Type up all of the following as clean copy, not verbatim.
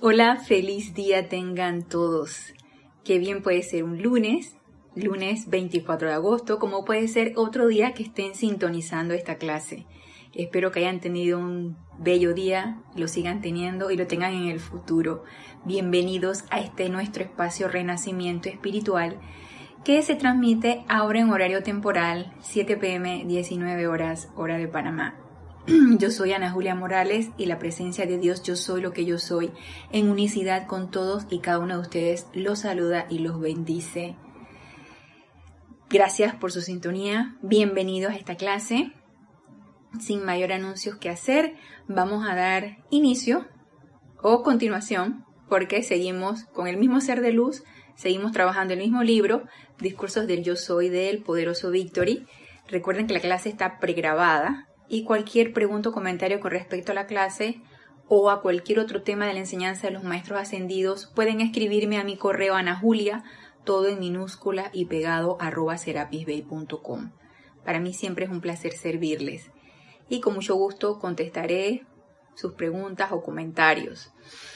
Hola, feliz día tengan todos. Qué bien puede ser un lunes 24 de agosto, como puede ser otro día que estén sintonizando esta clase. Espero que hayan tenido un bello día, lo sigan teniendo y lo tengan en el futuro. Bienvenidos a este nuestro espacio Renacimiento Espiritual, que se transmite ahora en horario temporal, 7 p.m., 19 horas, hora de Panamá. Yo soy Ana Julia Morales y la presencia de Dios, yo soy lo que yo soy, en unicidad con todos y cada uno de ustedes los saluda y los bendice. Gracias por su sintonía, bienvenidos a esta clase. Sin mayor anuncios que hacer, vamos a dar inicio o continuación, porque seguimos con el mismo ser de luz, seguimos trabajando el mismo libro, Discursos del Yo Soy del Poderoso Victory. Recuerden que la clase está pregrabada. Y cualquier pregunta o comentario con respecto a la clase o a cualquier otro tema de la enseñanza de los maestros ascendidos, pueden escribirme a mi correo anajulia, todo en minúscula y pegado, @serapisbay.com. Para mí siempre es un placer servirles. Y con mucho gusto contestaré sus preguntas o comentarios.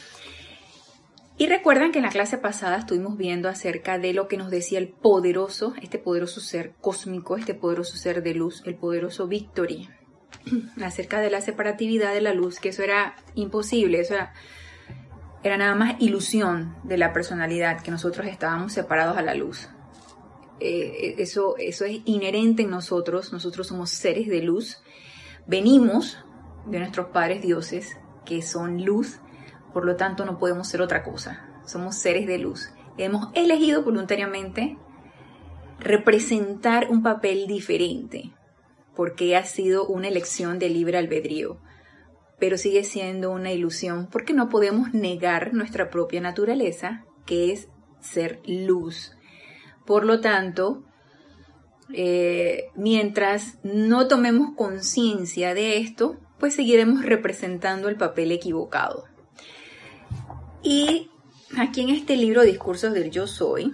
Y recuerdan que en la clase pasada estuvimos viendo acerca de lo que nos decía el poderoso, este poderoso ser cósmico, este poderoso ser de luz, el poderoso Victory, acerca de la separatividad de la luz, que eso era imposible, eso era nada más ilusión de la personalidad, que nosotros estábamos separados a la luz. Eso es inherente en nosotros somos seres de luz, venimos de nuestros padres dioses, que son luz, por lo tanto no podemos ser otra cosa, somos seres de luz. Hemos elegido voluntariamente representar un papel diferente, porque ha sido una elección de libre albedrío, pero sigue siendo una ilusión porque no podemos negar nuestra propia naturaleza, que es ser luz. Por lo tanto, mientras no tomemos conciencia de esto, pues seguiremos representando el papel equivocado. Y aquí en este libro Discursos del Yo Soy,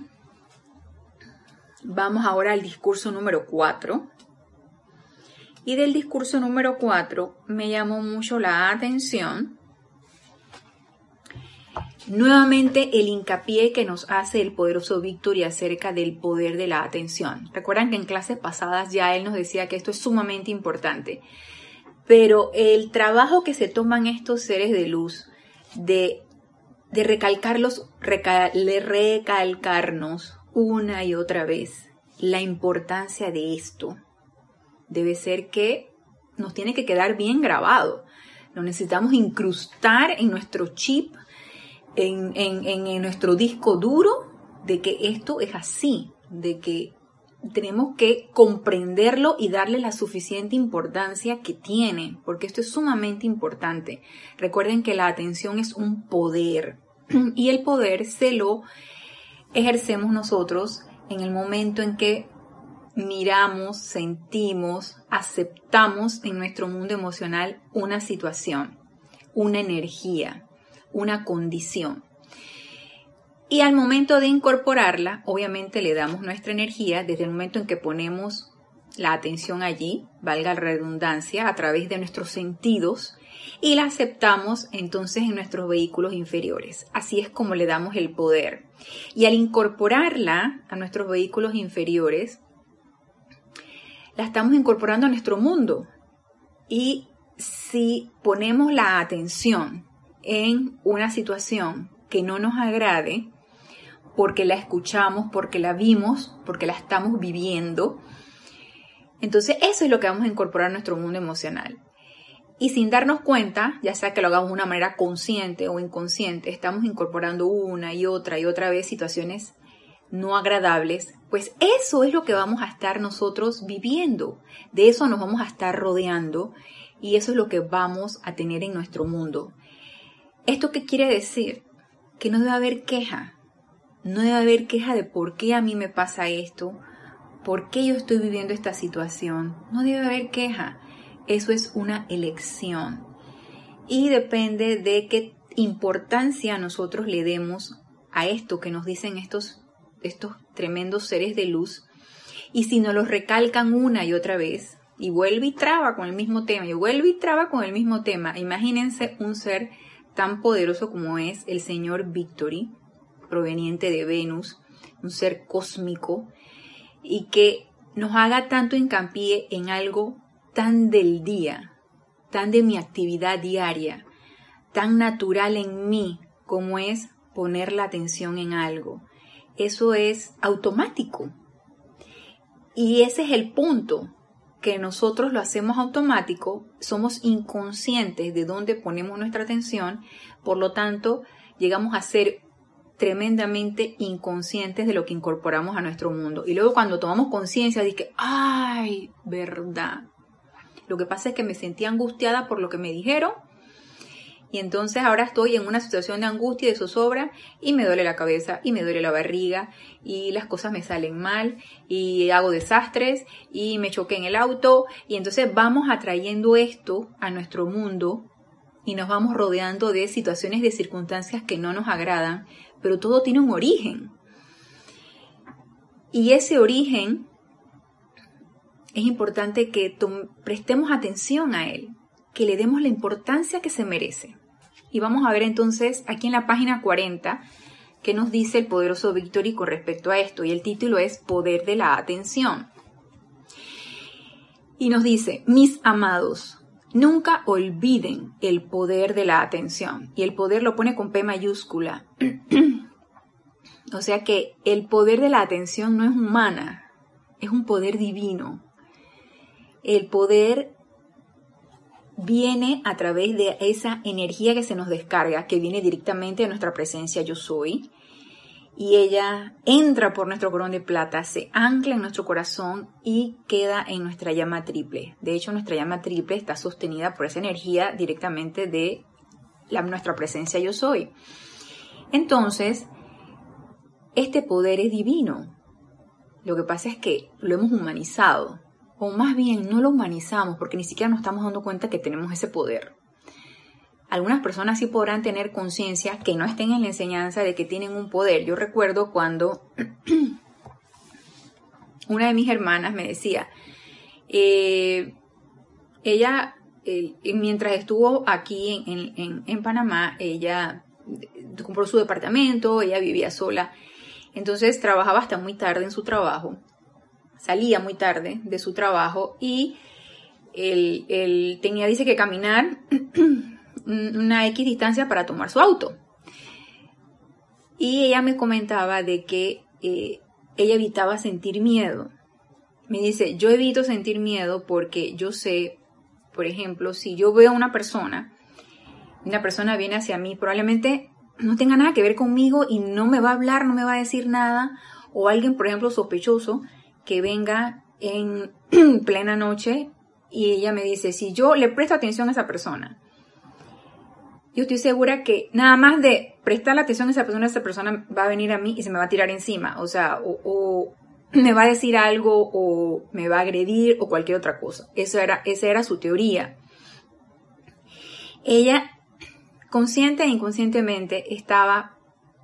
vamos ahora al discurso número 4. Y del discurso número 4 me llamó mucho la atención nuevamente el hincapié que nos hace el poderoso Victory acerca del poder de la atención. Recuerdan que en clases pasadas ya él nos decía que esto es sumamente importante, pero el trabajo que se toman estos seres de luz de recalcarnos una y otra vez la importancia de esto, debe ser que nos tiene que quedar bien grabado. Lo necesitamos incrustar en nuestro chip, en nuestro disco duro, de que esto es así, de que tenemos que comprenderlo y darle la suficiente importancia que tiene, porque esto es sumamente importante. Recuerden que la atención es un poder, y el poder se lo ejercemos nosotros en el momento en que miramos, sentimos, aceptamos en nuestro mundo emocional una situación, una energía, una condición. Y al momento de incorporarla, obviamente le damos nuestra energía desde el momento en que ponemos la atención allí, valga la redundancia, a través de nuestros sentidos, y la aceptamos entonces en nuestros vehículos inferiores. Así es como le damos el poder. Y al incorporarla a nuestros vehículos inferiores, la estamos incorporando a nuestro mundo. Y si ponemos la atención en una situación que no nos agrade, porque la escuchamos, porque la vimos, porque la estamos viviendo, entonces eso es lo que vamos a incorporar a nuestro mundo emocional. Y sin darnos cuenta, ya sea que lo hagamos de una manera consciente o inconsciente, estamos incorporando una y otra vez situaciones no agradables, pues eso es lo que vamos a estar nosotros viviendo, de eso nos vamos a estar rodeando y eso es lo que vamos a tener en nuestro mundo. ¿Esto qué quiere decir? Que no debe haber queja, no debe haber queja de por qué a mí me pasa esto, por qué yo estoy viviendo esta situación, no debe haber queja, eso es una elección y depende de qué importancia nosotros le demos a esto que nos dicen estos tremendos seres de luz, y si nos los recalcan una y otra vez, y vuelve y traba con el mismo tema, imagínense un ser tan poderoso como es el señor Victory, proveniente de Venus, un ser cósmico, y que nos haga tanto hincapié en algo tan del día, tan de mi actividad diaria, tan natural en mí como es poner la atención en algo. Eso es automático. Y ese es el punto, que nosotros lo hacemos automático, somos inconscientes de dónde ponemos nuestra atención, por lo tanto, llegamos a ser tremendamente inconscientes de lo que incorporamos a nuestro mundo. Y luego cuando tomamos conciencia de que, ¡ay, verdad! Lo que pasa es que me sentí angustiada por lo que me dijeron, y entonces ahora estoy en una situación de angustia y de zozobra y me duele la cabeza y me duele la barriga y las cosas me salen mal y hago desastres y me choqué en el auto, y entonces vamos atrayendo esto a nuestro mundo y nos vamos rodeando de situaciones, de circunstancias que no nos agradan, pero todo tiene un origen. Y ese origen es importante que prestemos atención a él, que le demos la importancia que se merece. Y vamos a ver entonces aquí en la página 40 qué nos dice el poderoso Victory con respecto a esto. Y el título es Poder de la Atención. Y nos dice: mis amados, nunca olviden el poder de la atención. Y el poder lo pone con P mayúscula. O sea que el poder de la atención no es humana, es un poder divino. El poder viene a través de esa energía que se nos descarga, que viene directamente de nuestra presencia yo soy, y ella entra por nuestro corón de plata, se ancla en nuestro corazón y queda en nuestra llama triple. De hecho, nuestra llama triple está sostenida por esa energía directamente de nuestra presencia yo soy. Entonces, este poder es divino. Lo que pasa es que lo hemos humanizado. O más bien no lo humanizamos porque ni siquiera nos estamos dando cuenta que tenemos ese poder. Algunas personas sí podrán tener conciencia que no estén en la enseñanza de que tienen un poder. Yo recuerdo cuando una de mis hermanas me decía, ella, mientras estuvo aquí en Panamá, ella compró su departamento, ella vivía sola, entonces trabajaba hasta muy tarde en su trabajo. Salía muy tarde de su trabajo y él tenía, dice, que caminar una X distancia para tomar su auto. Y ella me comentaba de que ella evitaba sentir miedo. Me dice, yo evito sentir miedo porque yo sé, por ejemplo, si yo veo a una persona viene hacia mí, probablemente no tenga nada que ver conmigo y no me va a hablar, no me va a decir nada, o alguien, por ejemplo, sospechoso, que venga en plena noche, y ella me dice, si yo le presto atención a esa persona, yo estoy segura que nada más de prestar la atención a esa persona va a venir a mí y se me va a tirar encima, o sea, o me va a decir algo, o me va a agredir, o cualquier otra cosa. Esa era su teoría. Ella, consciente e inconscientemente, estaba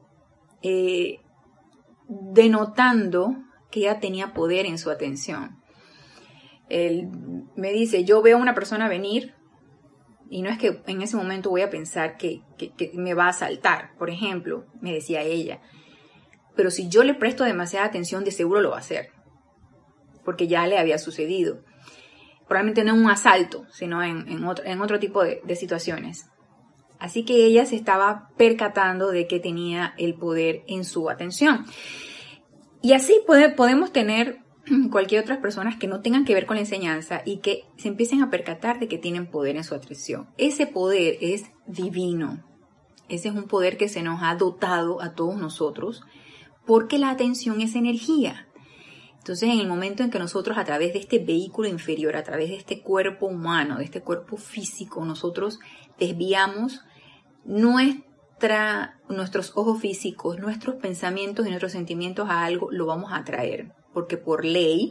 denotando que ella tenía poder en su atención. Él me dice, yo veo a una persona venir y no es que en ese momento voy a pensar que me va a asaltar, por ejemplo, me decía ella. Pero si yo le presto demasiada atención, de seguro lo va a hacer, porque ya le había sucedido. Probablemente no en un asalto, sino en otro tipo de situaciones. Así que ella se estaba percatando de que tenía el poder en su atención. Y así podemos tener cualquier otras personas que no tengan que ver con la enseñanza y que se empiecen a percatar de que tienen poder en su atención. Ese poder es divino. Ese es un poder que se nos ha dotado a todos nosotros porque la atención es energía. Entonces, en el momento en que nosotros, a través de este vehículo inferior, a través de este cuerpo humano, de este cuerpo físico, nosotros desviamos nuestros ojos físicos, nuestros pensamientos y nuestros sentimientos a algo, lo vamos a atraer. Porque por ley,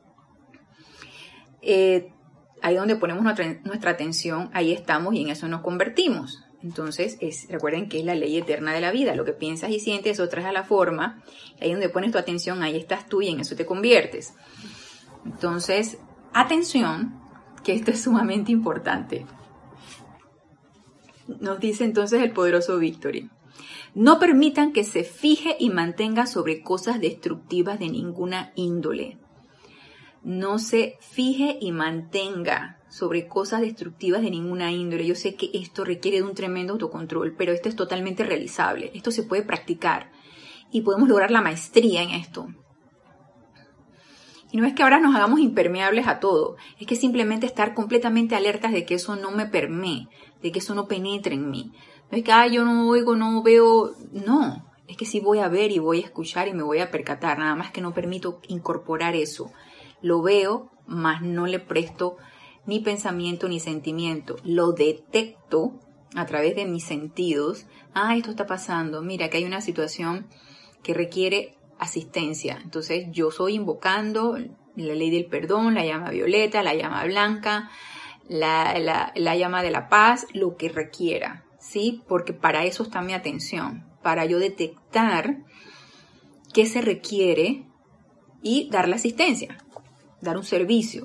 ahí donde ponemos nuestra atención, ahí estamos y en eso nos convertimos. Entonces, recuerden que es la ley eterna de la vida. Lo que piensas y sientes, eso traes a la forma. Ahí donde pones tu atención, ahí estás tú y en eso te conviertes. Entonces, atención, que esto es sumamente importante. Nos dice entonces el poderoso Victory. No permitan que se fije y mantenga sobre cosas destructivas de ninguna índole. No se fije y mantenga sobre cosas destructivas de ninguna índole. Yo sé que esto requiere de un tremendo autocontrol, pero esto es totalmente realizable. Esto se puede practicar y podemos lograr la maestría en esto. Y no es que ahora nos hagamos impermeables a todo, es que simplemente estar completamente alertas de que eso no me permee, de que eso no penetre en mí. No es que yo no oigo, no veo, no. Es que sí voy a ver y voy a escuchar y me voy a percatar, nada más que no permito incorporar eso. Lo veo, mas no le presto ni pensamiento ni sentimiento. Lo detecto a través de mis sentidos. Esto está pasando. Mira, que hay una situación que requiere asistencia. Entonces yo soy invocando la ley del perdón, la llama violeta, la llama blanca, la llama de la paz, lo que requiera, ¿sí? Porque para eso está mi atención, para yo detectar qué se requiere y dar la asistencia, dar un servicio.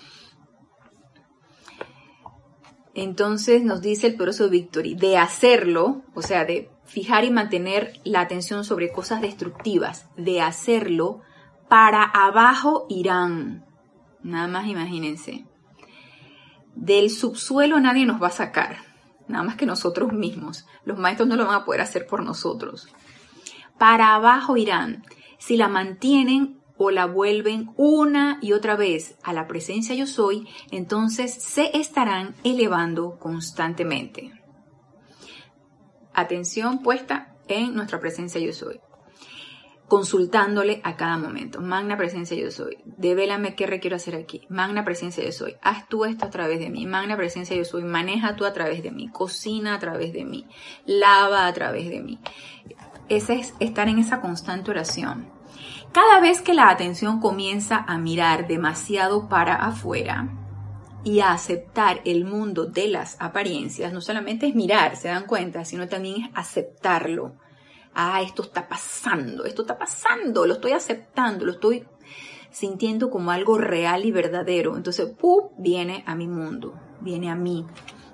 Entonces nos dice el poderoso Victory, de hacerlo, o sea, de fijar y mantener la atención sobre cosas destructivas, de hacerlo, para abajo irán. Nada más imagínense. Del subsuelo nadie nos va a sacar, nada más que nosotros mismos. Los maestros no lo van a poder hacer por nosotros. Para abajo irán. Si la mantienen o la vuelven una y otra vez a la presencia yo soy, entonces se estarán elevando constantemente. Atención puesta en nuestra presencia yo soy. Consultándole a cada momento. Magna presencia yo soy. Devélame qué requiero hacer aquí. Magna presencia yo soy. Haz tú esto a través de mí. Magna presencia yo soy. Maneja tú a través de mí. Cocina a través de mí. Lava a través de mí. Ese es estar en esa constante oración. Cada vez que la atención comienza a mirar demasiado para afuera y a aceptar el mundo de las apariencias, no solamente es mirar, se dan cuenta, sino también es aceptarlo. Esto está pasando, lo estoy aceptando, lo estoy sintiendo como algo real y verdadero. Entonces, viene a mi mundo, viene a mí.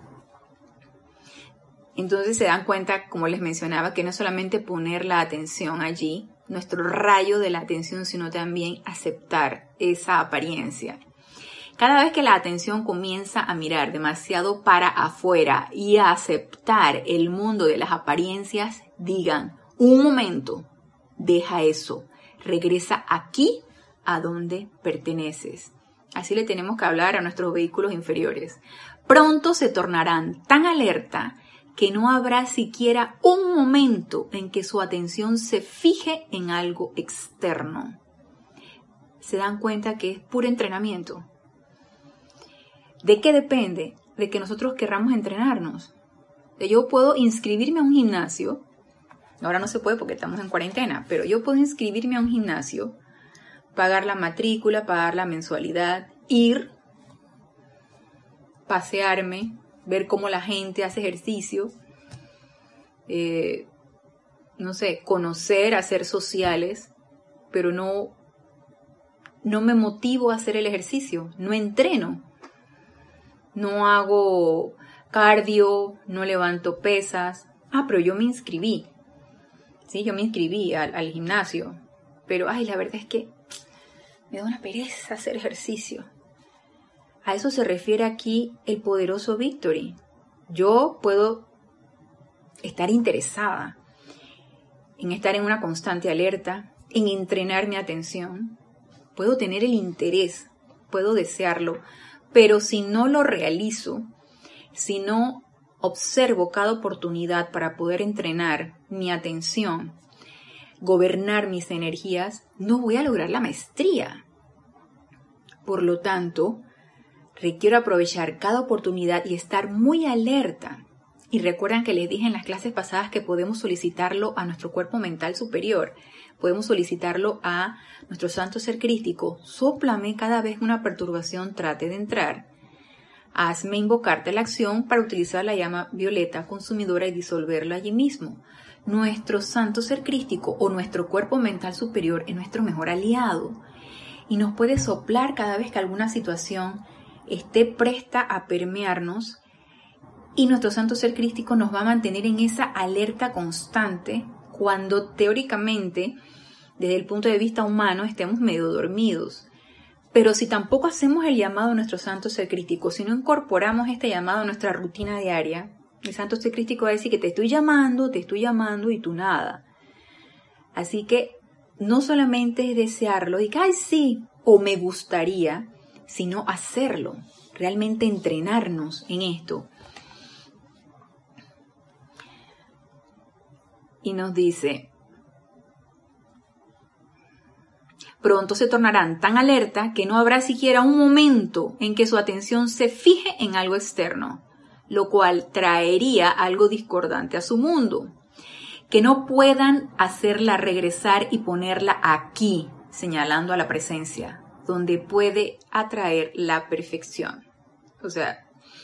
Entonces se dan cuenta, como les mencionaba, que no solamente poner la atención allí, nuestro rayo de la atención, sino también aceptar esa apariencia. Cada vez que la atención comienza a mirar demasiado para afuera y a aceptar el mundo de las apariencias, digan, un momento, deja eso, regresa aquí a donde perteneces. Así le tenemos que hablar a nuestros vehículos inferiores. Pronto se tornarán tan alerta que no habrá siquiera un momento en que su atención se fije en algo externo. Se dan cuenta que es puro entrenamiento. ¿De qué depende? De que nosotros querramos entrenarnos. Yo puedo inscribirme a un gimnasio, ahora no se puede porque estamos en cuarentena, pero yo puedo inscribirme a un gimnasio, pagar la matrícula, pagar la mensualidad, ir, pasearme, ver cómo la gente hace ejercicio, conocer, hacer sociales, pero no me motivo a hacer el ejercicio, no entreno, no hago cardio, no levanto pesas. Pero yo me inscribí, sí, yo me inscribí al gimnasio, pero la verdad es que me da una pereza hacer ejercicio. A eso se refiere aquí el poderoso Victory. Yo puedo estar interesada en estar en una constante alerta, en entrenar mi atención. Puedo tener el interés, puedo desearlo, pero si no lo realizo, si no observo cada oportunidad para poder entrenar mi atención, gobernar mis energías, no voy a lograr la maestría. Por lo tanto, requiero aprovechar cada oportunidad y estar muy alerta. Y recuerdan que les dije en las clases pasadas que podemos solicitarlo a nuestro cuerpo mental superior. Podemos solicitarlo a nuestro santo ser crístico. Sóplame cada vez una perturbación trate de entrar. Hazme invocarte la acción para utilizar la llama violeta consumidora y disolverla allí mismo. Nuestro santo ser crístico o nuestro cuerpo mental superior es nuestro mejor aliado. Y nos puede soplar cada vez que alguna situación esté presta a permearnos Y nuestro santo ser crístico nos va a mantener en esa alerta constante cuando teóricamente, desde el punto de vista humano, estemos medio dormidos. Pero si tampoco hacemos el llamado a nuestro santo ser crístico, si no incorporamos este llamado a nuestra rutina diaria, el santo ser crístico va a decir que te estoy llamando y tú nada. Así que no solamente es desearlo y que, ay sí, o me gustaría, sino hacerlo, realmente entrenarnos en esto. Y nos dice, pronto se tornarán tan alerta que no habrá siquiera un momento en que su atención se fije en algo externo, lo cual traería algo discordante a su mundo. Que no puedan hacerla regresar y ponerla aquí, señalando a la presencia, donde puede atraer la perfección. O sea,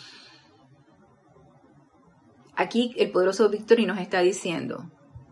aquí el poderoso Victory nos está diciendo,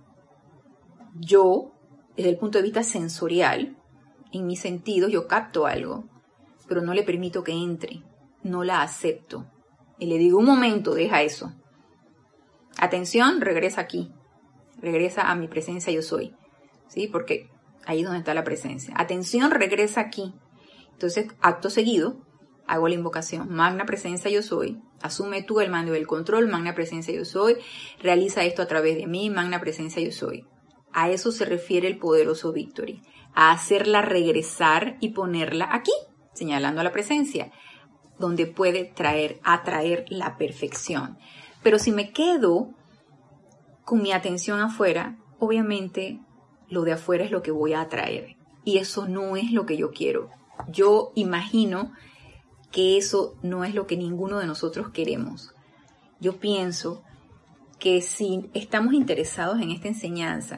yo, desde el punto de vista sensorial, en mis sentidos yo capto algo, pero no le permito que entre, no la acepto. Y le digo, un momento, deja eso. Atención, regresa aquí. Regresa a mi presencia yo soy, ¿sí? Porque ahí es donde está la presencia. Atención, regresa aquí. Entonces, acto seguido, hago la invocación. Magna presencia yo soy. Asume tú el mando y el control. Magna presencia yo soy. Realiza esto a través de mí. Magna presencia yo soy. A eso se refiere el poderoso Victory. A hacerla regresar y ponerla aquí, señalando a la presencia, donde puede atraer la perfección. Pero si me quedo con mi atención afuera, obviamente lo de afuera es lo que voy a atraer. Y eso no es lo que yo quiero. Yo imagino que eso no es lo que ninguno de nosotros queremos. Yo pienso que si estamos interesados en esta enseñanza,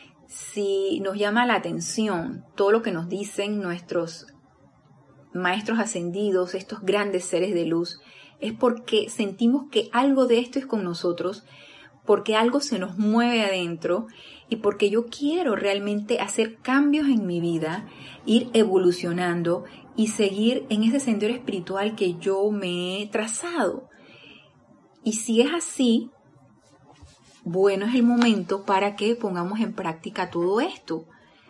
si nos llama la atención todo lo que nos dicen nuestros maestros ascendidos, estos grandes seres de luz, es porque sentimos que algo de esto es con nosotros, porque algo se nos mueve adentro y porque yo quiero realmente hacer cambios en mi vida, ir evolucionando y seguir en ese sendero espiritual que yo me he trazado. Y si es así, bueno, es el momento para que pongamos en práctica todo esto.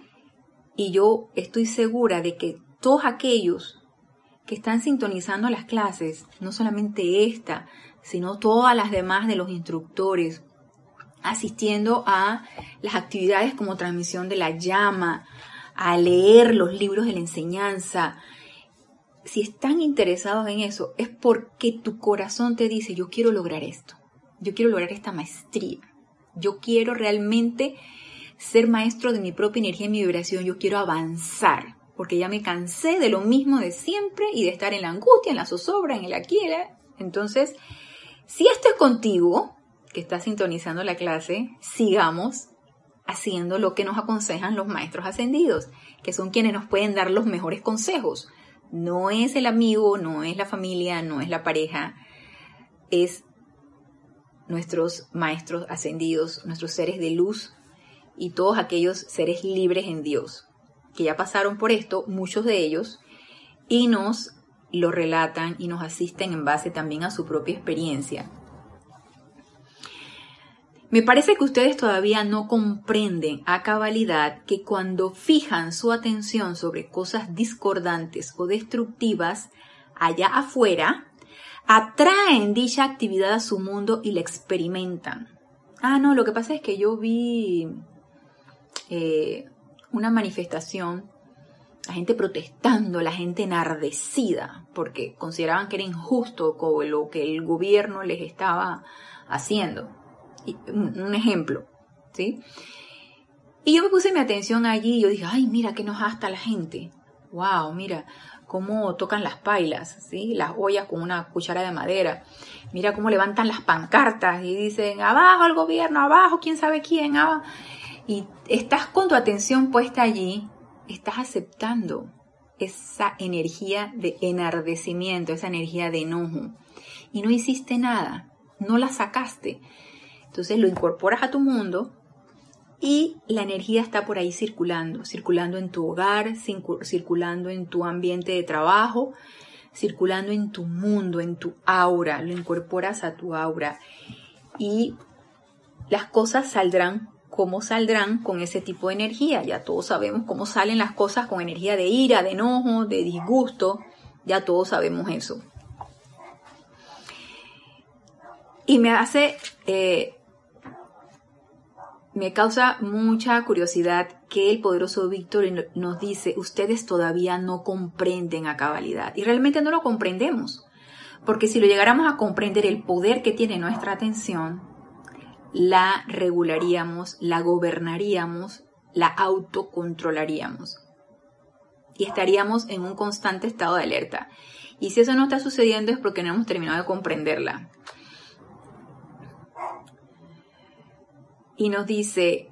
Y yo estoy segura de que todos aquellos que están sintonizando las clases, no solamente esta, sino todas las demás de los instructores, asistiendo a las actividades como transmisión de la llama, a leer los libros de la enseñanza. Si están interesados en eso, es porque tu corazón te dice, yo quiero lograr esto, yo quiero lograr esta maestría, yo quiero realmente ser maestro de mi propia energía y mi vibración, yo quiero avanzar, porque ya me cansé de lo mismo de siempre y de estar en la angustia, en la zozobra, en el aquí. Entonces, si esto es contigo, que estás sintonizando la clase, sigamos haciendo lo que nos aconsejan los maestros ascendidos, que son quienes nos pueden dar los mejores consejos. No es el amigo, no es la familia, no es la pareja, es nuestros maestros ascendidos, nuestros seres de luz y todos aquellos seres libres en Dios, que ya pasaron por esto, muchos de ellos, y nos lo relatan y nos asisten en base también a su propia experiencia. Me parece que ustedes todavía no comprenden a cabalidad que cuando fijan su atención sobre cosas discordantes o destructivas allá afuera, atraen dicha actividad a su mundo y la experimentan. No, lo que pasa es que yo vi una manifestación, la gente protestando, la gente enardecida, porque consideraban que era injusto lo que el gobierno les estaba haciendo. Un ejemplo, ¿sí? Y yo me puse mi atención allí y yo dije, ay, mira qué enojada la gente. Wow, mira cómo tocan las pailas, ¿sí? Las ollas con una cuchara de madera. Mira cómo levantan las pancartas y dicen, abajo el gobierno, abajo quién sabe quién, abajo. Y estás con tu atención puesta allí, estás aceptando esa energía de enardecimiento, esa energía de enojo. Y no hiciste nada, no la sacaste. Entonces lo incorporas a tu mundo y la energía está por ahí circulando en tu hogar, circulando en tu ambiente de trabajo, circulando en tu mundo, en tu aura, lo incorporas a tu aura y las cosas saldrán como saldrán con ese tipo de energía. Ya todos sabemos cómo salen las cosas con energía de ira, de enojo, de disgusto, ya todos sabemos eso. Y me causa mucha curiosidad que el poderoso Víctor nos dice, ustedes todavía no comprenden a cabalidad. Y realmente no lo comprendemos. Porque si lo llegáramos a comprender el poder que tiene nuestra atención, la regularíamos, la gobernaríamos, la autocontrolaríamos. Y estaríamos en un constante estado de alerta. Y si eso no está sucediendo es porque no hemos terminado de comprenderla. Y nos dice,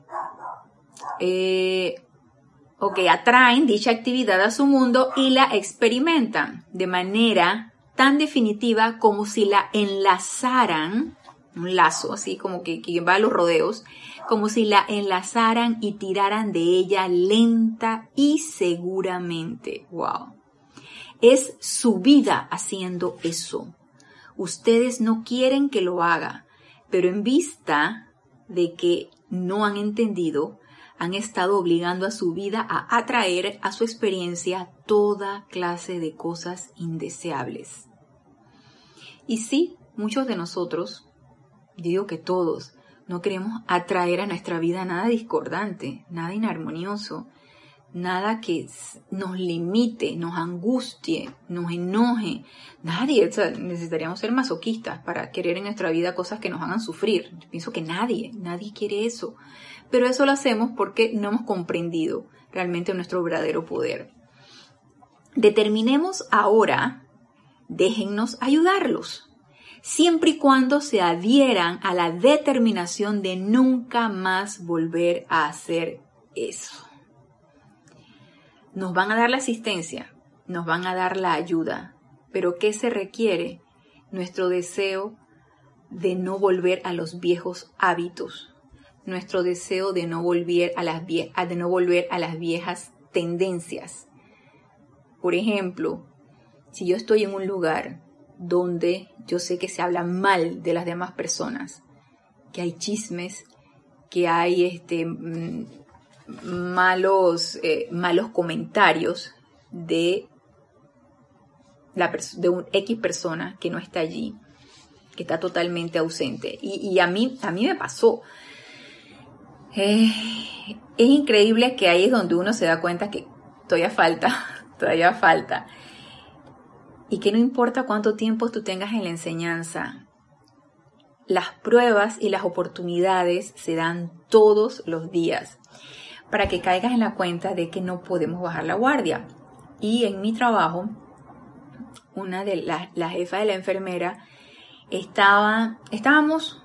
atraen dicha actividad a su mundo y la experimentan de manera tan definitiva como si la enlazaran, un lazo así como que va a los rodeos, como si la enlazaran y tiraran de ella lenta y seguramente. ¡Wow! Es su vida haciendo eso. Ustedes no quieren que lo haga, pero en vista de que no han entendido, han estado obligando a su vida a atraer a su experiencia toda clase de cosas indeseables. Y sí, muchos de nosotros, digo que todos, no queremos atraer a nuestra vida nada discordante, nada inarmonioso, nada que nos limite, nos angustie, nos enoje. Nadie, necesitaríamos ser masoquistas para querer en nuestra vida cosas que nos hagan sufrir. Yo pienso que nadie quiere eso. Pero eso lo hacemos porque no hemos comprendido realmente nuestro verdadero poder. Determinemos ahora, déjennos ayudarlos, siempre y cuando se adhieran a la determinación de nunca más volver a hacer eso. Nos van a dar la asistencia, nos van a dar la ayuda, pero ¿qué se requiere? Nuestro deseo de no volver a los viejos hábitos, nuestro deseo de no volver a las viejas tendencias. Por ejemplo, si yo estoy en un lugar donde yo sé que se habla mal de las demás personas, que hay chismes, que hay malos comentarios de un X persona que no está allí, que está totalmente ausente. Y a mí me pasó. Es increíble que ahí es donde uno se da cuenta que todavía falta. Y que no importa cuánto tiempo tú tengas en la enseñanza, las pruebas y las oportunidades se dan todos los días para que caigas en la cuenta de que no podemos bajar la guardia. Y en mi trabajo, una de la jefa de la enfermera, estábamos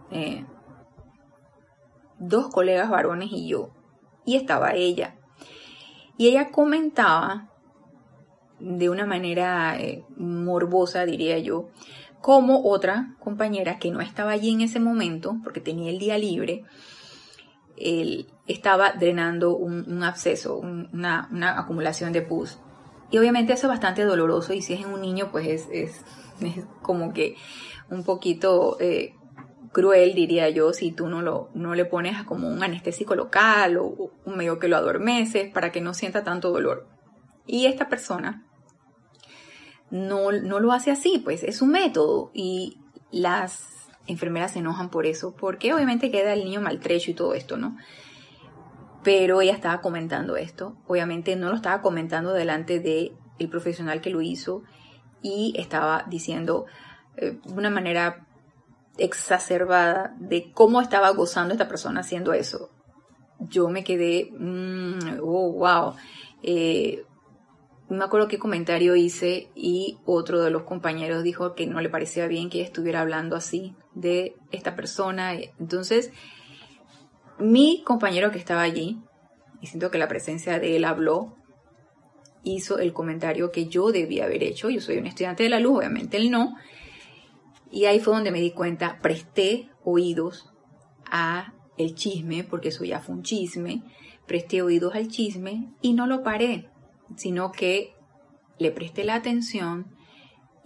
2 colegas varones y yo, y estaba ella. Y ella comentaba de una manera morbosa, diría yo, como otra compañera que no estaba allí en ese momento, porque tenía el día libre, él estaba drenando un absceso, una acumulación de pus. Y obviamente eso es bastante doloroso, y si es en un niño, pues es como que un poquito cruel, diría yo, si tú no le pones como un anestésico local o un medio que lo adormeces para que no sienta tanto dolor. Y esta persona no lo hace así, pues es un método, y las enfermeras se enojan por eso, porque obviamente queda el niño maltrecho y todo esto, ¿no? Pero ella estaba comentando esto, obviamente no lo estaba comentando delante del profesional que lo hizo, y estaba diciendo de una manera exacerbada de cómo estaba gozando esta persona haciendo eso. Yo me quedé, wow. No me acuerdo qué comentario hice, y otro de los compañeros dijo que no le parecía bien que ella estuviera hablando así de esta persona. Entonces, mi compañero que estaba allí, y siento que la presencia de él habló, hizo el comentario que yo debía haber hecho. Yo soy un estudiante de la luz, obviamente él no. Y ahí fue donde me di cuenta, presté oídos a el chisme, porque eso ya fue un chisme. Presté oídos al chisme y no lo paré, sino que le presté la atención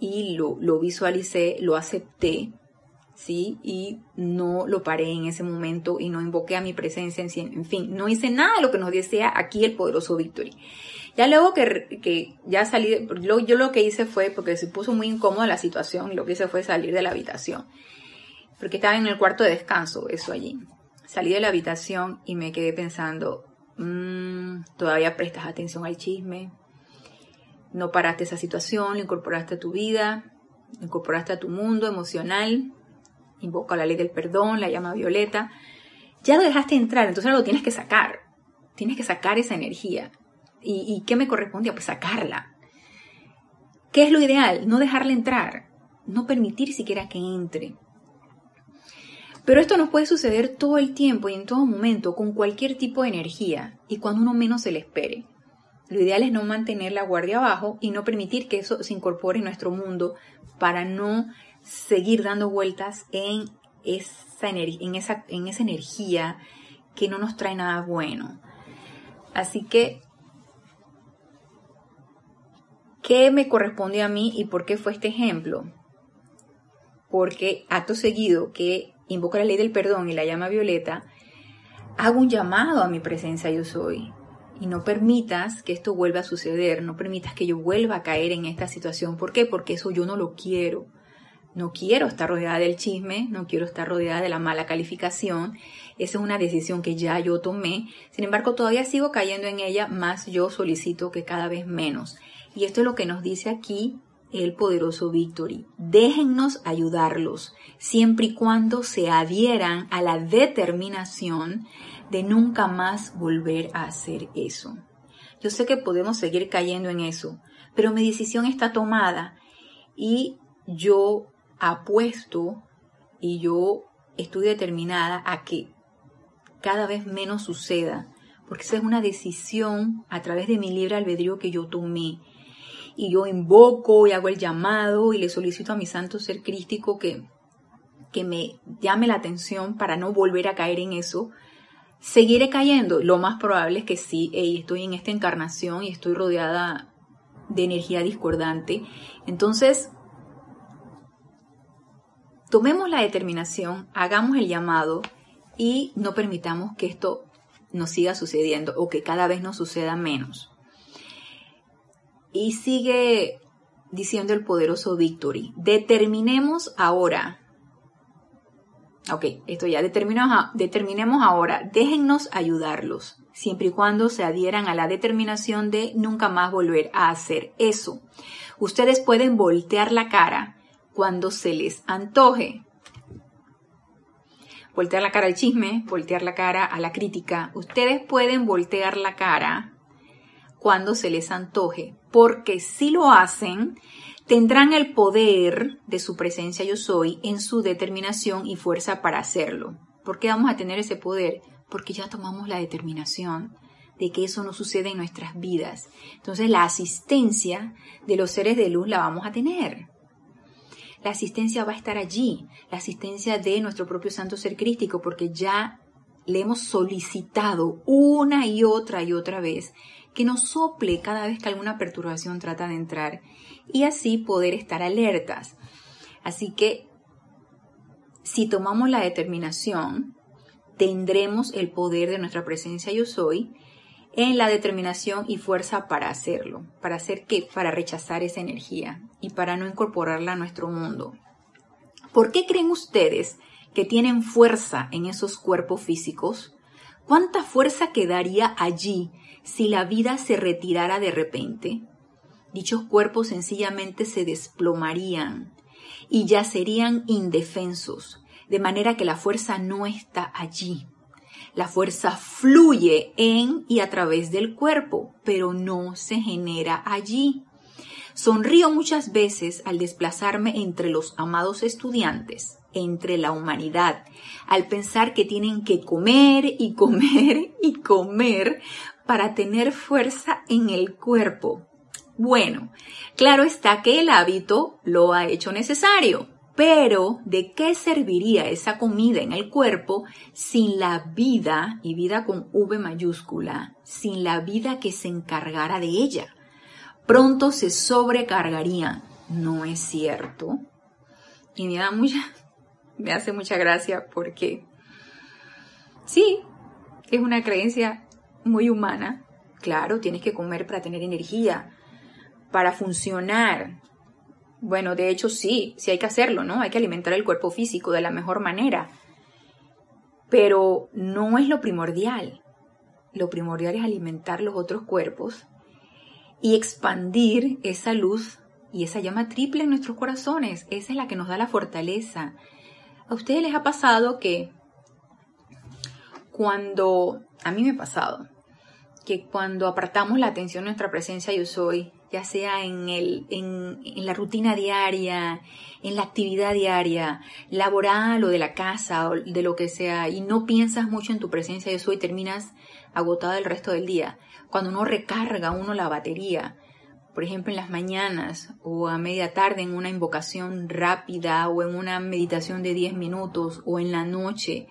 y lo visualicé, lo acepté, ¿sí? Y no lo paré en ese momento y no invoqué a mi presencia, en fin, no hice nada de lo que nos decía aquí el poderoso Victory. Ya luego que ya salí, yo lo que hice fue, porque se puso muy incómoda la situación, lo que hice fue salir de la habitación, porque estaba en el cuarto de descanso, eso allí. Salí de la habitación y me quedé pensando, todavía prestas atención al chisme, no paraste esa situación, lo incorporaste a tu vida, lo incorporaste a tu mundo emocional, invoca la ley del perdón, la llama violeta, ya lo dejaste entrar, entonces ahora lo tienes que sacar esa energía. ¿Y qué me correspondía? Pues sacarla. ¿Qué es lo ideal? No dejarla entrar, no permitir siquiera que entre. Pero esto nos puede suceder todo el tiempo y en todo momento con cualquier tipo de energía y cuando uno menos se le espere. Lo ideal es no mantener la guardia abajo y no permitir que eso se incorpore en nuestro mundo para no seguir dando vueltas en esa energía que no nos trae nada bueno. Así que, ¿qué me corresponde a mí y por qué fue este ejemplo? Porque acto seguido que invoco la ley del perdón y la llama violeta, hago un llamado a mi presencia yo soy. Y no permitas que esto vuelva a suceder, no permitas que yo vuelva a caer en esta situación. ¿Por qué? Porque eso yo no lo quiero. No quiero estar rodeada del chisme, no quiero estar rodeada de la mala calificación. Esa es una decisión que ya yo tomé. Sin embargo, todavía sigo cayendo en ella, más yo solicito que cada vez menos. Y esto es lo que nos dice aquí el poderoso Victory. Déjennos ayudarlos, siempre y cuando se adhieran a la determinación de nunca más volver a hacer eso. Yo sé que podemos seguir cayendo en eso, pero mi decisión está tomada y yo apuesto y yo estoy determinada a que cada vez menos suceda, porque esa es una decisión a través de mi libre albedrío que yo tomé. Y yo invoco y hago el llamado y le solicito a mi santo ser crístico que me llame la atención para no volver a caer en eso. ¿Seguiré cayendo? Lo más probable es que sí. Estoy en esta encarnación y estoy rodeada de energía discordante. Entonces, tomemos la determinación, hagamos el llamado y no permitamos que esto nos siga sucediendo o que cada vez nos suceda menos. Y sigue diciendo el poderoso Victory, determinemos ahora. Ok, esto ya, determinemos ahora, déjennos ayudarlos, siempre y cuando se adhieran a la determinación de nunca más volver a hacer eso. Ustedes pueden voltear la cara cuando se les antoje. Voltear la cara al chisme, voltear la cara a la crítica. Ustedes pueden voltear la cara cuando se les antoje, porque si lo hacen, tendrán el poder de su presencia yo soy en su determinación y fuerza para hacerlo. ¿Por qué vamos a tener ese poder? Porque ya tomamos la determinación de que eso no sucede en nuestras vidas. Entonces la asistencia de los seres de luz la vamos a tener. La asistencia va a estar allí, la asistencia de nuestro propio santo ser crístico, porque ya le hemos solicitado una y otra vez que nos sople cada vez que alguna perturbación trata de entrar y así poder estar alertas. Así que si tomamos la determinación, tendremos el poder de nuestra presencia yo soy en la determinación y fuerza para hacerlo. ¿Para hacer qué? Para rechazar esa energía y para no incorporarla a nuestro mundo. ¿Por qué creen ustedes que tienen fuerza en esos cuerpos físicos? ¿Cuánta fuerza quedaría allí si la vida se retirara de repente? Dichos cuerpos sencillamente se desplomarían y yacerían indefensos, de manera que la fuerza no está allí. La fuerza fluye en y a través del cuerpo, pero no se genera allí. Sonrío muchas veces al desplazarme entre los amados estudiantes, entre la humanidad, al pensar que tienen que comer y comer y comer para tener fuerza en el cuerpo. Bueno, claro está que el hábito lo ha hecho necesario, pero ¿de qué serviría esa comida en el cuerpo sin la vida, y vida con V mayúscula, sin la vida que se encargara de ella? Pronto se sobrecargarían, no es cierto. Y me hace mucha gracia porque sí, es una creencia muy humana. Claro, tienes que comer para tener energía, para funcionar. Bueno, de hecho sí hay que hacerlo, ¿no? Hay que alimentar el cuerpo físico de la mejor manera. Pero no es lo primordial. Lo primordial es alimentar los otros cuerpos y expandir esa luz y esa llama triple en nuestros corazones. Esa es la que nos da la fortaleza. ¿A ustedes les ha pasado que a mí me ha pasado, que cuando apartamos la atención de nuestra presencia yo soy, ya sea en la rutina diaria, en la actividad diaria, laboral o de la casa o de lo que sea, y no piensas mucho en tu presencia yo soy, terminas agotada el resto del día? Cuando uno recarga la batería, por ejemplo en las mañanas o a media tarde en una invocación rápida o en una meditación de 10 minutos o en la noche,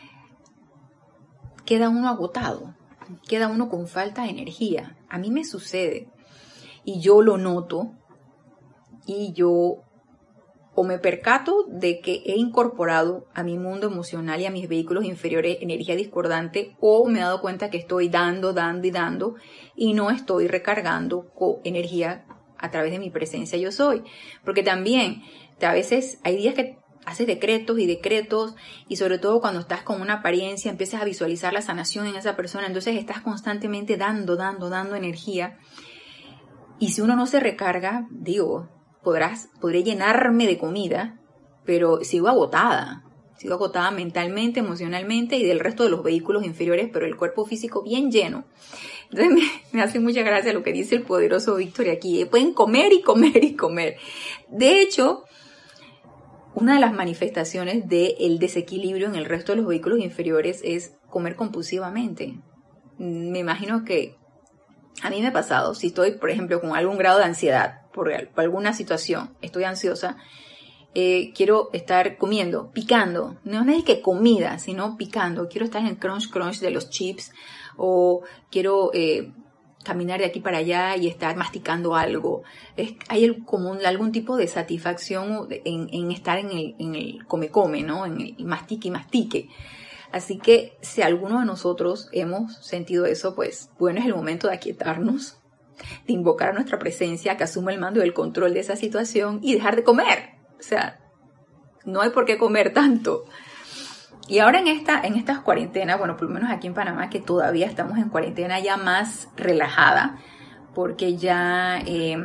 queda uno agotado, queda uno con falta de energía. A mí me sucede y yo lo noto y yo o me percato de que he incorporado a mi mundo emocional y a mis vehículos inferiores energía discordante, o me he dado cuenta que estoy dando y no estoy recargando con energía a través de mi presencia yo soy. Porque también a veces hay días que haces decretos y sobre todo cuando estás con una apariencia empiezas a visualizar la sanación en esa persona, entonces estás constantemente dando energía, y si uno no se recarga, podré llenarme de comida, pero sigo agotada mentalmente, emocionalmente y del resto de los vehículos inferiores, pero el cuerpo físico bien lleno. Entonces me hace mucha gracia lo que dice el poderoso Víctor aquí, pueden comer y comer y comer. De hecho, una de las manifestaciones del desequilibrio en el resto de los vehículos inferiores es comer compulsivamente. Me imagino que a mí me ha pasado, si estoy, por ejemplo, con algún grado de ansiedad, por alguna situación, estoy ansiosa, quiero estar comiendo, picando, no es que comida, sino picando, quiero estar en el crunch de los chips, o quiero caminar de aquí para allá y estar masticando algo. Hay como algún tipo de satisfacción en estar en el come, ¿no? En el mastique. Así que si alguno de nosotros hemos sentido eso, pues bueno, es el momento de aquietarnos, de invocar a nuestra presencia que asuma el mando y el control de esa situación y dejar de comer. O sea, no hay por qué comer tanto. Y ahora en estas cuarentenas, bueno, por lo menos aquí en Panamá, que todavía estamos en cuarentena ya más relajada, porque ya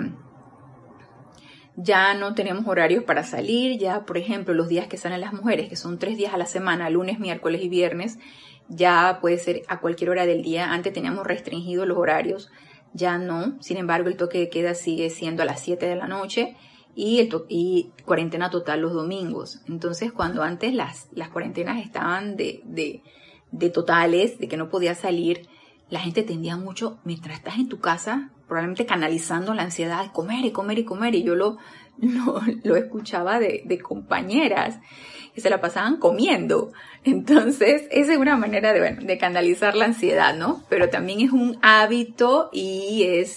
no tenemos horarios para salir. Ya, por ejemplo, los días que salen las mujeres, que son 3 días a la semana, lunes, miércoles y viernes, ya puede ser a cualquier hora del día. Antes teníamos restringidos los horarios, ya no. Sin embargo, el toque de queda sigue siendo a las 7 de la noche y cuarentena total los domingos. Entonces, cuando antes las cuarentenas estaban de totales, de que no podía salir, la gente tendía mucho, mientras estás en tu casa, probablemente canalizando la ansiedad de comer y comer y comer, y yo lo escuchaba de compañeras que se la pasaban comiendo. Entonces, esa es una manera de canalizar la ansiedad, ¿no? Pero también es un hábito y es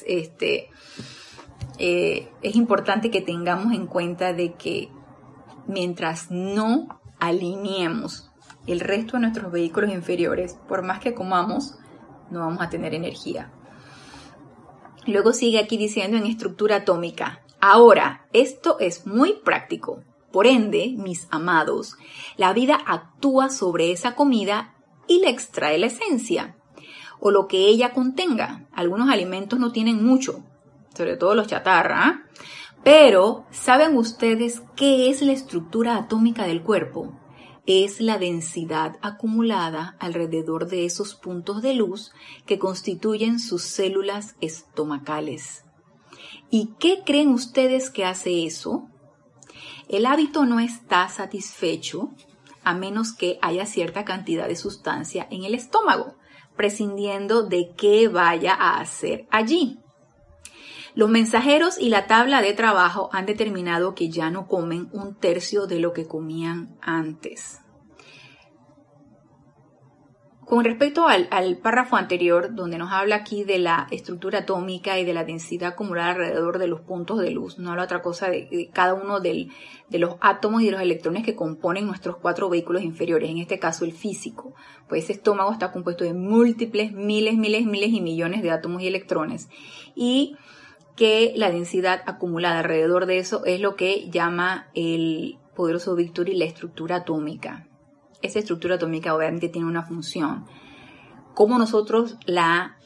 importante que tengamos en cuenta de que mientras no alineemos el resto de nuestros vehículos inferiores, por más que comamos, no vamos a tener energía. Luego sigue aquí diciendo en estructura atómica: ahora, esto es muy práctico. Por ende, mis amados, la vida actúa sobre esa comida y le extrae la esencia, o lo que ella contenga. Algunos alimentos no tienen mucho, sobre todo los chatarra, pero ¿saben ustedes qué es la estructura atómica del cuerpo? Es la densidad acumulada alrededor de esos puntos de luz que constituyen sus células estomacales. ¿Y qué creen ustedes que hace eso? El hábito no está satisfecho a menos que haya cierta cantidad de sustancia en el estómago, prescindiendo de qué vaya a hacer allí. Los mensajeros y la tabla de trabajo han determinado que ya no comen 1/3 de lo que comían antes. Con respecto al párrafo anterior, donde nos habla aquí de la estructura atómica y de la densidad acumulada alrededor de los puntos de luz, no habla otra cosa de cada uno de los átomos y de los electrones que componen nuestros 4 vehículos inferiores, en este caso el físico. Pues ese estómago está compuesto de múltiples, miles y millones de átomos y electrones, y que la densidad acumulada alrededor de eso es lo que llama el poderoso Victory la estructura atómica. Esa estructura atómica obviamente tiene una función. Cómo nosotros la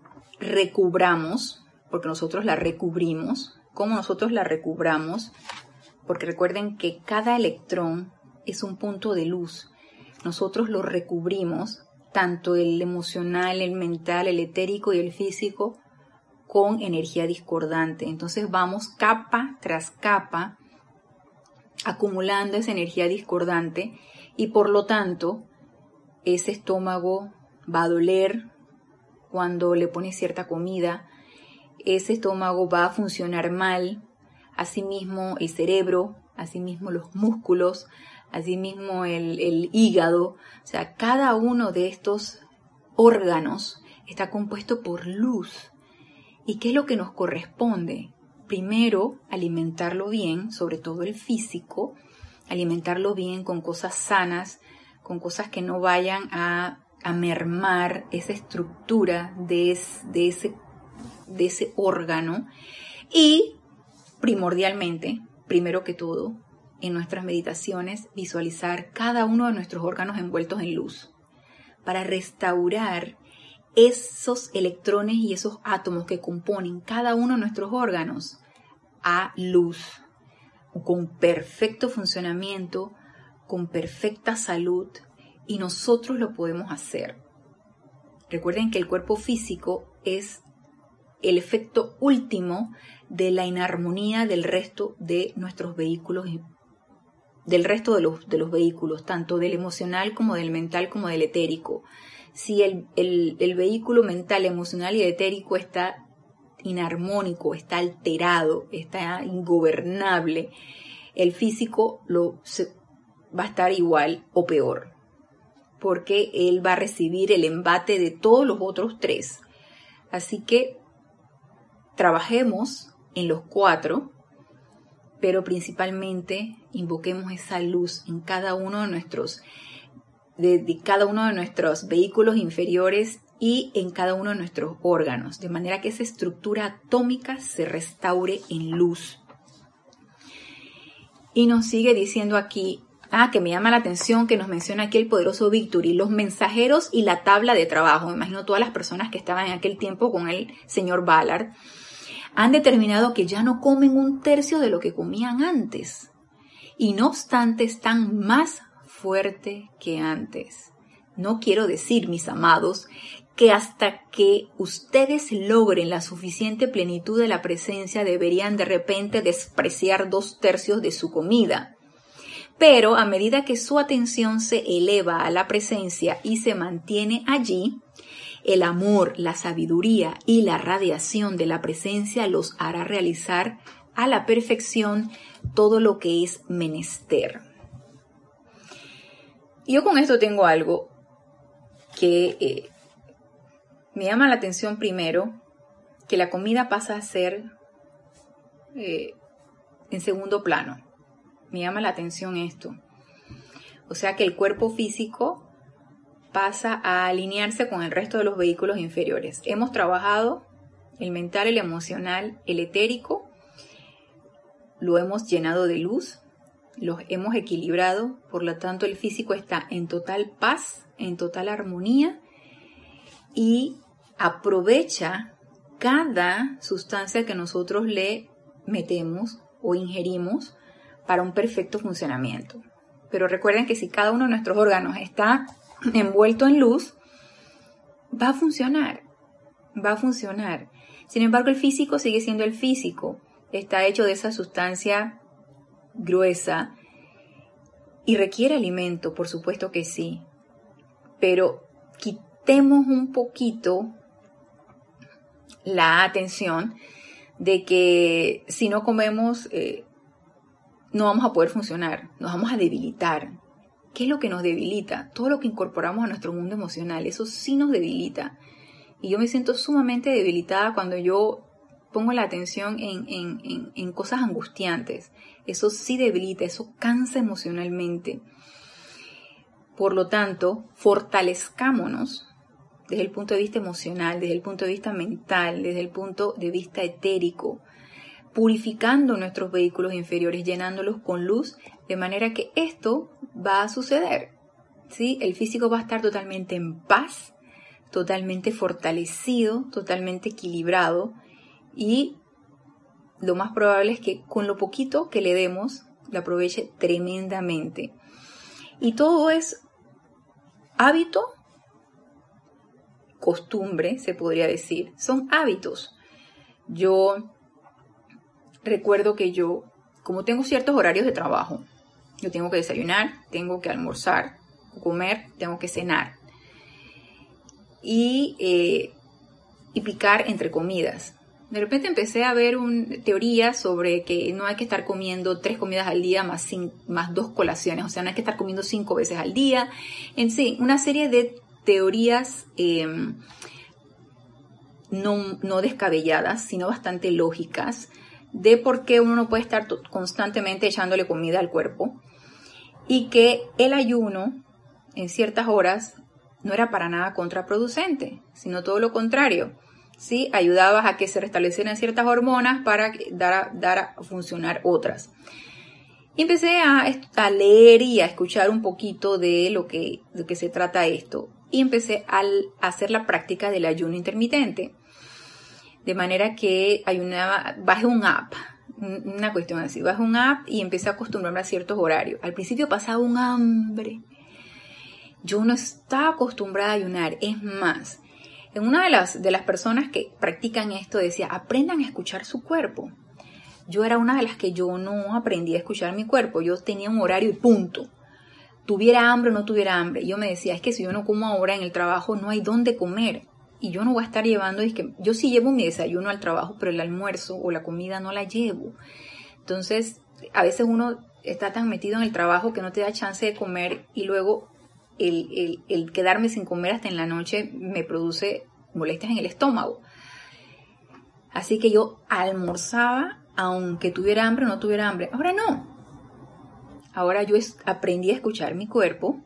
recubramos, porque nosotros la recubrimos, cómo nosotros la recubramos, porque recuerden que cada electrón es un punto de luz. Nosotros lo recubrimos, tanto el emocional, el mental, el etérico y el físico, con energía discordante. Entonces vamos capa tras capa acumulando esa energía discordante, y por lo tanto ese estómago va a doler cuando le pones cierta comida, ese estómago va a funcionar mal, asimismo el cerebro, asimismo los músculos, asimismo el hígado. O sea, cada uno de estos órganos está compuesto por luz. ¿Y qué es lo que nos corresponde? Primero, alimentarlo bien, sobre todo el físico, alimentarlo bien con cosas sanas, con cosas que no vayan a mermar esa estructura de ese órgano. Y primordialmente, primero que todo, en nuestras meditaciones, visualizar cada uno de nuestros órganos envueltos en luz para restaurar esos electrones y esos átomos que componen cada uno de nuestros órganos a luz, con perfecto funcionamiento, con perfecta salud, y nosotros lo podemos hacer. Recuerden que el cuerpo físico es el efecto último de la inarmonía del resto de nuestros vehículos, del resto de los vehículos, tanto del emocional como del mental como del etérico. Si el vehículo mental, emocional y etérico está inarmónico, está alterado, está ingobernable, el físico va a estar igual o peor, porque él va a recibir el embate de todos los otros 3. Así que trabajemos en los 4, pero principalmente invoquemos esa luz en cada uno de nuestros vehículos inferiores y en cada uno de nuestros órganos, de manera que esa estructura atómica se restaure en luz. Y nos sigue diciendo aquí, que me llama la atención que nos menciona aquí el poderoso Victory, los mensajeros y la tabla de trabajo. Me imagino todas las personas que estaban en aquel tiempo con el señor Ballard han determinado que ya no comen 1/3 de lo que comían antes, y no obstante están más fuerte que antes. No quiero decir, mis amados, que hasta que ustedes logren la suficiente plenitud de la presencia deberían de repente despreciar 2/3 de su comida. Pero a medida que su atención se eleva a la presencia y se mantiene allí, el amor, la sabiduría y la radiación de la presencia los hará realizar a la perfección todo lo que es menester. Yo con esto tengo algo que me llama la atención. Primero, que la comida pasa a ser en segundo plano. Me llama la atención esto. O sea que el cuerpo físico pasa a alinearse con el resto de los vehículos inferiores. Hemos trabajado el mental, el emocional, el etérico, lo hemos llenado de luz, los hemos equilibrado, por lo tanto el físico está en total paz, en total armonía, y aprovecha cada sustancia que nosotros le metemos o ingerimos para un perfecto funcionamiento. Pero recuerden que si cada uno de nuestros órganos está envuelto en luz, va a funcionar. Sin embargo, el físico sigue siendo el físico. Está hecho de esa sustancia gruesa y requiere alimento, por supuesto que sí. Pero quitemos un poquito la atención de que si no comemos, no vamos a poder funcionar, nos vamos a debilitar. ¿Qué es lo que nos debilita? Todo lo que incorporamos a nuestro mundo emocional, eso sí nos debilita. Y yo me siento sumamente debilitada cuando yo pongo la atención en cosas angustiantes. Eso sí debilita, eso cansa emocionalmente. Por lo tanto, fortalezcámonos desde el punto de vista emocional, desde el punto de vista mental, desde el punto de vista etérico, purificando nuestros vehículos inferiores, llenándolos con luz, de manera que esto va a suceder, ¿sí? El físico va a estar totalmente en paz, totalmente fortalecido, totalmente equilibrado, y lo más probable es que con lo poquito que le demos, lo aproveche tremendamente. Y todo es hábito, costumbre, se podría decir. Son hábitos. Yo recuerdo que como tengo ciertos horarios de trabajo, yo tengo que desayunar, tengo que almorzar, comer, tengo que cenar. Y picar entre comidas. De repente empecé a ver teorías sobre que no hay que estar comiendo 3 comidas al día más 2 colaciones. O sea, no hay que estar comiendo 5 veces al día. En sí, una serie de teorías no descabelladas, sino bastante lógicas, de por qué uno no puede estar constantemente echándole comida al cuerpo. Y que el ayuno en ciertas horas no era para nada contraproducente, sino todo lo contrario. ¿Sí? Ayudabas a que se restablecieran ciertas hormonas para dar a funcionar otras. Y empecé a leer y a escuchar un poquito de lo que se trata esto. Y empecé a hacer la práctica del ayuno intermitente. De manera que bajé un app, una cuestión así. Bajé un app y empecé a acostumbrarme a ciertos horarios. Al principio pasaba un hambre. Yo no estaba acostumbrada a ayunar. Es más, en una de las personas que practican esto decía, aprendan a escuchar su cuerpo. Yo era una de las que yo no aprendí a escuchar mi cuerpo. Yo tenía un horario y punto. Tuviera hambre o no tuviera hambre. Yo me decía, es que si yo no como ahora en el trabajo no hay dónde comer. Y yo no voy a estar llevando, yo sí llevo mi desayuno al trabajo, pero el almuerzo o la comida no la llevo. Entonces, a veces uno está tan metido en el trabajo que no te da chance de comer y luego el quedarme sin comer hasta en la noche me produce molestias en el estómago. Así que yo almorzaba aunque tuviera hambre o no tuviera hambre. Ahora no. Ahora yo aprendí a escuchar mi cuerpo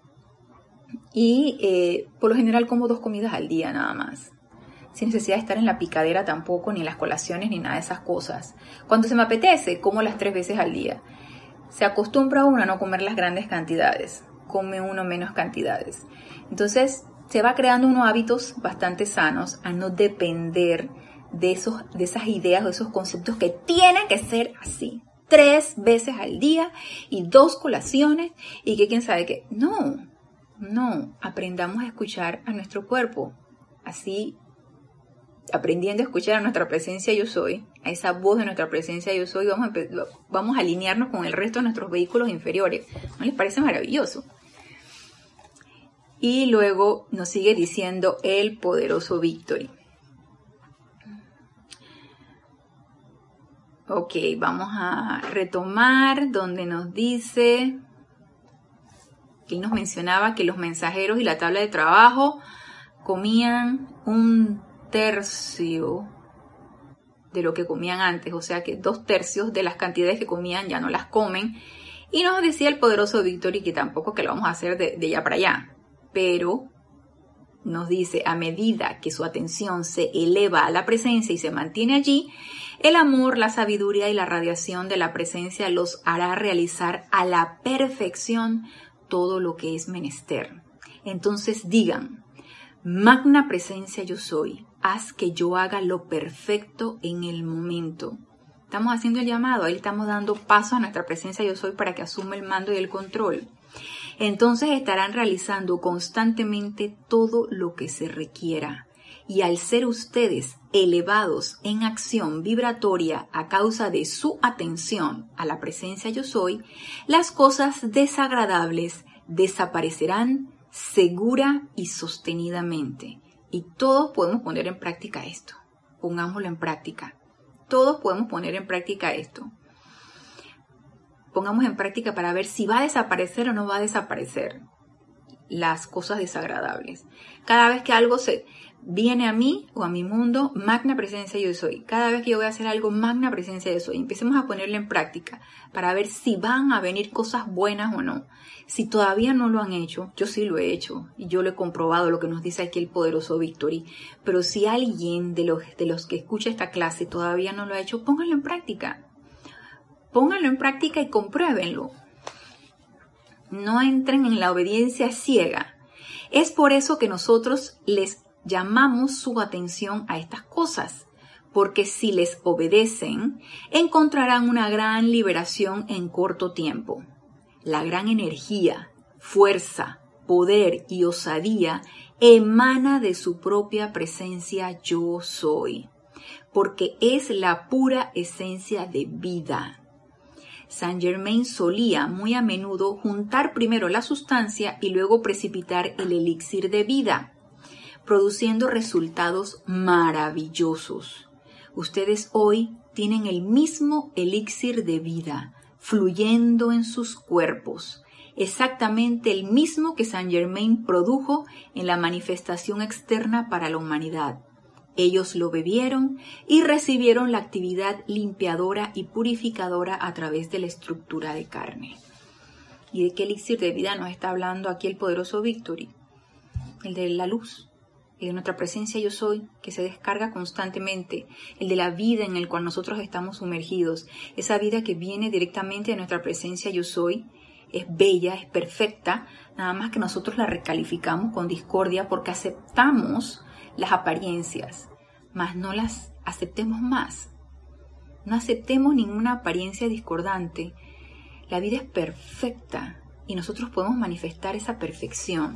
y por lo general como 2 comidas al día nada más. Sin necesidad de estar en la picadera tampoco, ni en las colaciones, ni nada de esas cosas. Cuando se me apetece, como las 3 veces al día. Se acostumbra uno a no comer las grandes cantidades. Come uno menos cantidades. Entonces se va creando unos hábitos bastante sanos a no depender de esas ideas o esos conceptos que tienen que ser así. 3 veces al día y 2 colaciones y que quién sabe qué. No, aprendamos a escuchar a nuestro cuerpo. Así, aprendiendo a escuchar a nuestra presencia yo soy, a esa voz de nuestra presencia yo soy, vamos a alinearnos con el resto de nuestros vehículos inferiores. ¿No les parece maravilloso? Y luego nos sigue diciendo el poderoso Victory. Ok, vamos a retomar donde nos dice que él nos mencionaba que los mensajeros y la tabla de trabajo comían 1/3 de lo que comían antes, o sea que 2/3 de las cantidades que comían ya no las comen. Y nos decía el poderoso Victory que tampoco que lo vamos a hacer de allá para allá, pero nos dice, a medida que su atención se eleva a la presencia y se mantiene allí, el amor, la sabiduría y la radiación de la presencia los hará realizar a la perfección todo lo que es menester. Entonces digan, magna presencia yo soy, haz que yo haga lo perfecto en el momento. Estamos haciendo el llamado, ahí estamos dando paso a nuestra presencia yo soy para que asuma el mando y el control. Entonces estarán realizando constantemente todo lo que se requiera. Y al ser ustedes elevados en acción vibratoria a causa de su atención a la presencia yo soy, las cosas desagradables desaparecerán segura y sostenidamente. Y todos podemos poner en práctica esto. Pongámoslo en práctica. Todos podemos poner en práctica esto. pongamos en práctica para ver si va a desaparecer o no va a desaparecer las cosas desagradables. Cada vez que algo se viene a mí o a mi mundo, magna presencia yo soy. Cada vez que yo voy a hacer algo, magna presencia yo soy. Empecemos a ponerlo en práctica para ver si van a venir cosas buenas o no. Si todavía no lo han hecho, yo sí lo he hecho y yo lo he comprobado, lo que nos dice aquí el poderoso Victory. Pero si alguien de los que escucha esta clase todavía no lo ha hecho, pónganlo en práctica. Pónganlo en práctica y compruébenlo. No entren en la obediencia ciega. Es por eso que nosotros les llamamos su atención a estas cosas, porque si les obedecen, encontrarán una gran liberación en corto tiempo. La gran energía, fuerza, poder y osadía emana de su propia presencia yo soy, porque es la pura esencia de vida. Saint Germain solía muy a menudo juntar primero la sustancia y luego precipitar el elixir de vida, produciendo resultados maravillosos. Ustedes hoy tienen el mismo elixir de vida fluyendo en sus cuerpos, exactamente el mismo que Saint Germain produjo en la manifestación externa para la humanidad. Ellos lo bebieron y recibieron la actividad limpiadora y purificadora a través de la estructura de carne. ¿Y de qué elixir de vida nos está hablando aquí el poderoso Victory? El de la luz, el de nuestra presencia yo soy, que se descarga constantemente, el de la vida en el cual nosotros estamos sumergidos, esa vida que viene directamente de nuestra presencia yo soy, es bella, es perfecta, nada más que nosotros la recalificamos con discordia porque aceptamos las apariencias, mas no las aceptemos más. No aceptemos ninguna apariencia discordante. La vida es perfecta y nosotros podemos manifestar esa perfección.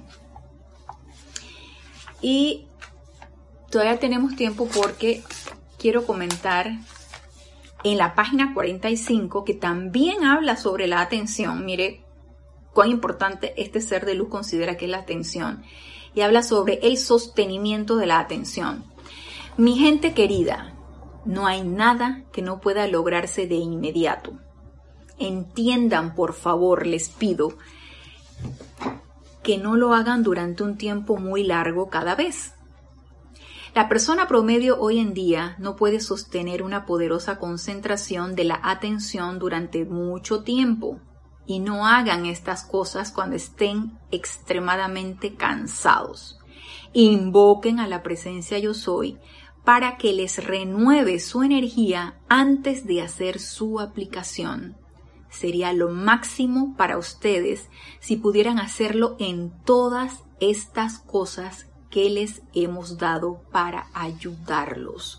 Y todavía tenemos tiempo porque quiero comentar en la página 45 que también habla sobre la atención. Mire cuán importante este ser de luz considera que es la atención. Y habla sobre el sostenimiento de la atención. Mi gente querida, no hay nada que no pueda lograrse de inmediato. Entiendan, por favor, les pido, que no lo hagan durante un tiempo muy largo cada vez. La persona promedio hoy en día no puede sostener una poderosa concentración de la atención durante mucho tiempo. Y no hagan estas cosas cuando estén extremadamente cansados. Invoquen a la presencia yo soy para que les renueve su energía antes de hacer su aplicación. Sería lo máximo para ustedes si pudieran hacerlo en todas estas cosas que les hemos dado para ayudarlos.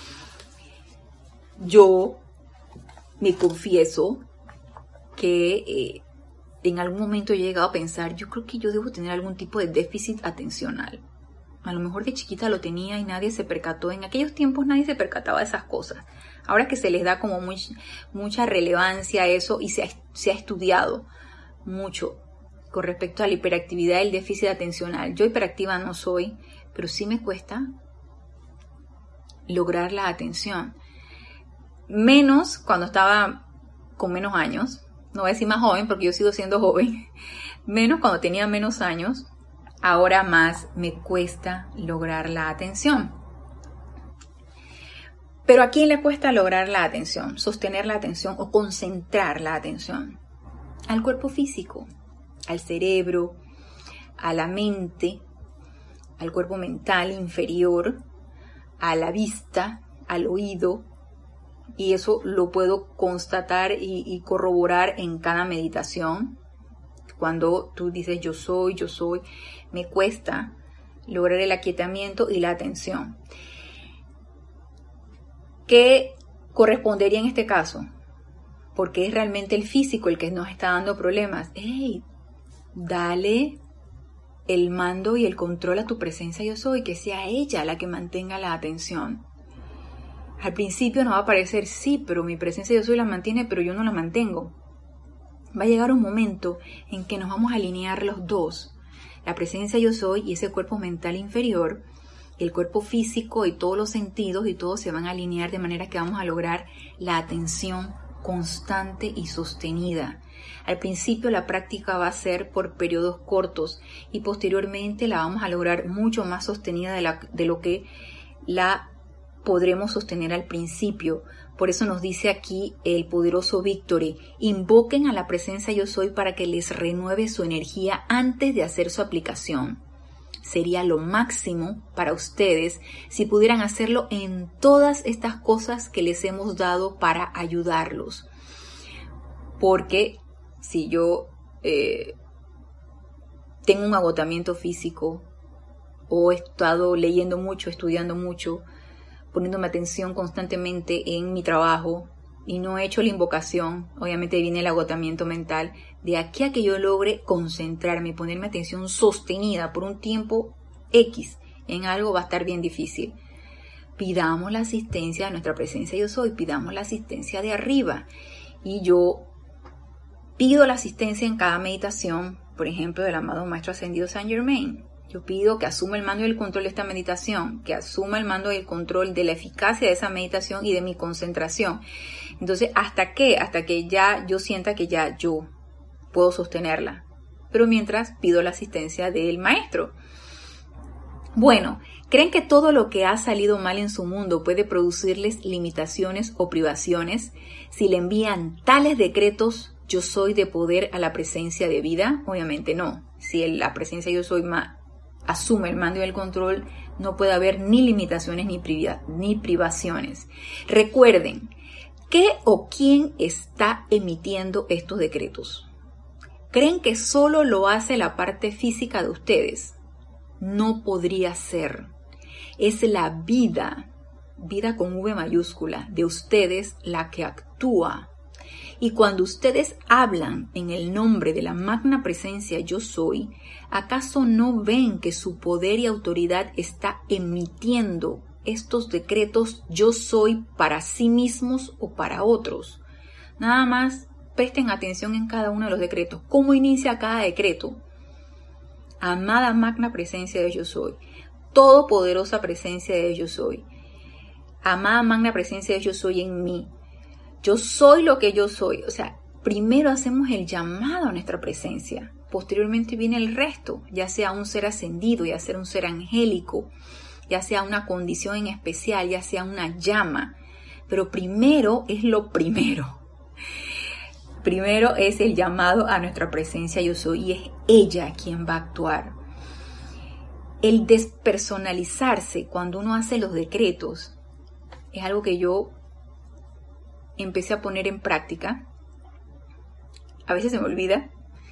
Yo me confieso que en algún momento he llegado a pensar, yo creo que yo debo tener algún tipo de déficit atencional. A lo mejor de chiquita lo tenía y nadie se percató. En aquellos tiempos nadie se percataba de esas cosas. Ahora que se les da como mucha relevancia a eso y se ha estudiado mucho con respecto a la hiperactividad y el déficit atencional. Yo hiperactiva no soy, pero sí me cuesta lograr la atención. Menos cuando estaba con menos años. No voy a decir más joven porque yo sigo siendo joven. Menos cuando tenía menos años. Ahora más me cuesta lograr la atención. Pero ¿a quién le cuesta lograr la atención? Sostener la atención o concentrar la atención. Al cuerpo físico, al cerebro, a la mente, al cuerpo mental inferior, a la vista, al oído. Y eso lo puedo constatar y corroborar en cada meditación. Cuando tú dices yo soy, me cuesta lograr el aquietamiento y la atención. ¿Qué correspondería en este caso? Porque es realmente el físico el que nos está dando problemas. ¡Ey! Dale el mando y el control a tu presencia yo soy, que sea ella la que mantenga la atención. Al principio nos va a parecer, sí, pero mi presencia yo soy la mantiene, pero yo no la mantengo. Va a llegar un momento en que nos vamos a alinear los dos. La presencia yo soy y ese cuerpo mental inferior, el cuerpo físico y todos los sentidos y todos se van a alinear de manera que vamos a lograr la atención constante y sostenida. Al principio la práctica va a ser por periodos cortos y posteriormente la vamos a lograr mucho más sostenida de lo que la podremos sostener al principio. Por eso nos dice aquí el poderoso Victory: invoquen a la presencia yo soy para que les renueve su energía antes de hacer su aplicación. Sería lo máximo para ustedes si pudieran hacerlo en todas estas cosas que les hemos dado para ayudarlos. Porque si yo tengo un agotamiento físico o he estado leyendo mucho, estudiando mucho, poniéndome atención constantemente en mi trabajo y no he hecho la invocación, obviamente viene el agotamiento mental. De aquí a que yo logre concentrarme y ponerme atención sostenida por un tiempo X en algo, va a estar bien difícil. Pidamos la asistencia de nuestra presencia yo soy, pidamos la asistencia de arriba. Y yo pido la asistencia en cada meditación, por ejemplo, del amado Maestro Ascendido Saint Germain. Yo pido que asuma el mando y el control de esta meditación, que asuma el mando y el control de la eficacia de esa meditación y de mi concentración. Entonces, ¿hasta qué? Hasta que ya yo sienta que ya yo puedo sostenerla. Pero mientras pido la asistencia del Maestro. Bueno, ¿creen que todo lo que ha salido mal en su mundo puede producirles limitaciones o privaciones si le envían tales decretos yo soy de poder a la presencia de vida? Obviamente no. Si la presencia yo soy asume el mando y el control, no puede haber ni limitaciones ni privaciones. Recuerden, ¿qué o quién está emitiendo estos decretos? ¿Creen que solo lo hace la parte física de ustedes? No podría ser. Es la vida con V mayúscula, de ustedes la que actúa. Y cuando ustedes hablan en el nombre de la magna presencia yo soy, ¿acaso no ven que su poder y autoridad está emitiendo estos decretos yo soy para sí mismos o para otros? Nada más presten atención en cada uno de los decretos. ¿Cómo inicia cada decreto? Amada magna presencia de yo soy, todopoderosa presencia de yo soy, amada magna presencia de yo soy en mí. Yo soy lo que yo soy. O sea, primero hacemos el llamado a nuestra presencia. Posteriormente viene el resto, ya sea un ser ascendido, ya sea un ser angélico, ya sea una condición en especial, ya sea una llama. Pero primero es lo primero. Primero es el llamado a nuestra presencia yo soy y es ella quien va a actuar. El despersonalizarse cuando uno hace los decretos es algo que yo empecé a poner en práctica. A veces se me olvida,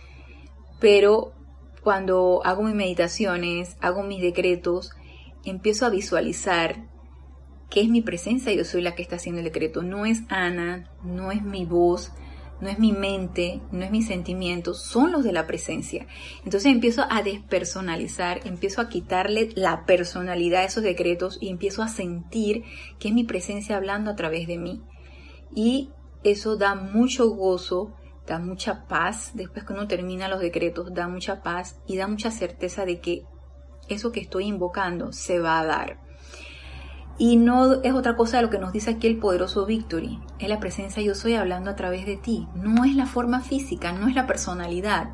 pero cuando hago mis meditaciones, hago mis decretos, empiezo a visualizar que es mi presencia yo soy la que está haciendo el decreto. No es Ana, no es mi voz, no es mi mente, no es mis sentimientos, son los de la presencia. Entonces empiezo a despersonalizar, empiezo a quitarle la personalidad a esos decretos y empiezo a sentir que es mi presencia hablando a través de mí. Y eso da mucho gozo, da mucha paz. Después que uno termina los decretos, da mucha paz y da mucha certeza de que eso que estoy invocando se va a dar. Y no es otra cosa de lo que nos dice aquí el poderoso Victory. Es la presencia yo soy hablando a través de ti. No es la forma física, no es la personalidad.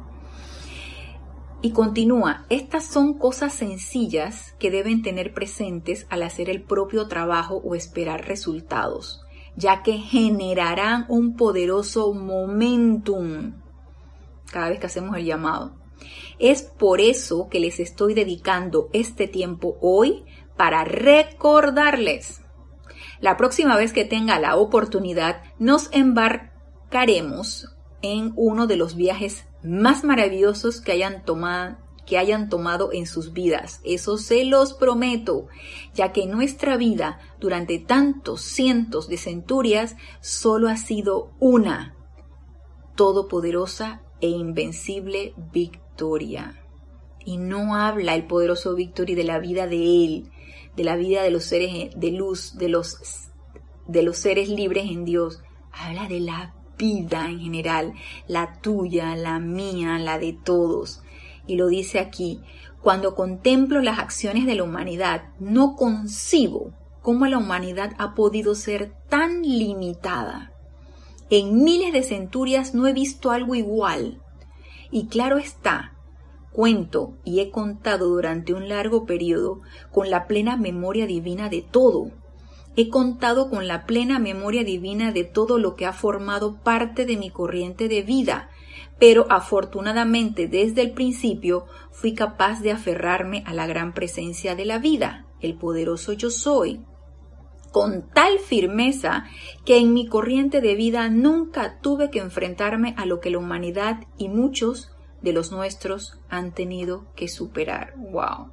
Y continúa, estas son cosas sencillas que deben tener presentes al hacer el propio trabajo o esperar resultados, ya que generarán un poderoso momentum cada vez que hacemos el llamado. Es por eso que les estoy dedicando este tiempo hoy para recordarles. La próxima vez que tenga la oportunidad, nos embarcaremos en uno de los viajes más maravillosos que hayan tomado en sus vidas. Eso se los prometo, ya que nuestra vida durante tantos cientos de centurias solo ha sido una todopoderosa e invencible victoria. Y no habla el poderoso Victory de la vida de él, de la vida de los seres de luz, de los seres libres en Dios. Habla de la vida en general, la tuya, la mía, la de todos. Y lo dice aquí, cuando contemplo las acciones de la humanidad, no concibo cómo la humanidad ha podido ser tan limitada. En miles de centurias no he visto algo igual. Y claro está, cuento y he contado durante un largo periodo con la plena memoria divina de todo. He contado con la plena memoria divina de todo lo que ha formado parte de mi corriente de vida, pero afortunadamente desde el principio fui capaz de aferrarme a la gran presencia de la vida, el poderoso yo soy, con tal firmeza que en mi corriente de vida nunca tuve que enfrentarme a lo que la humanidad y muchos de los nuestros han tenido que superar. ¡Wow!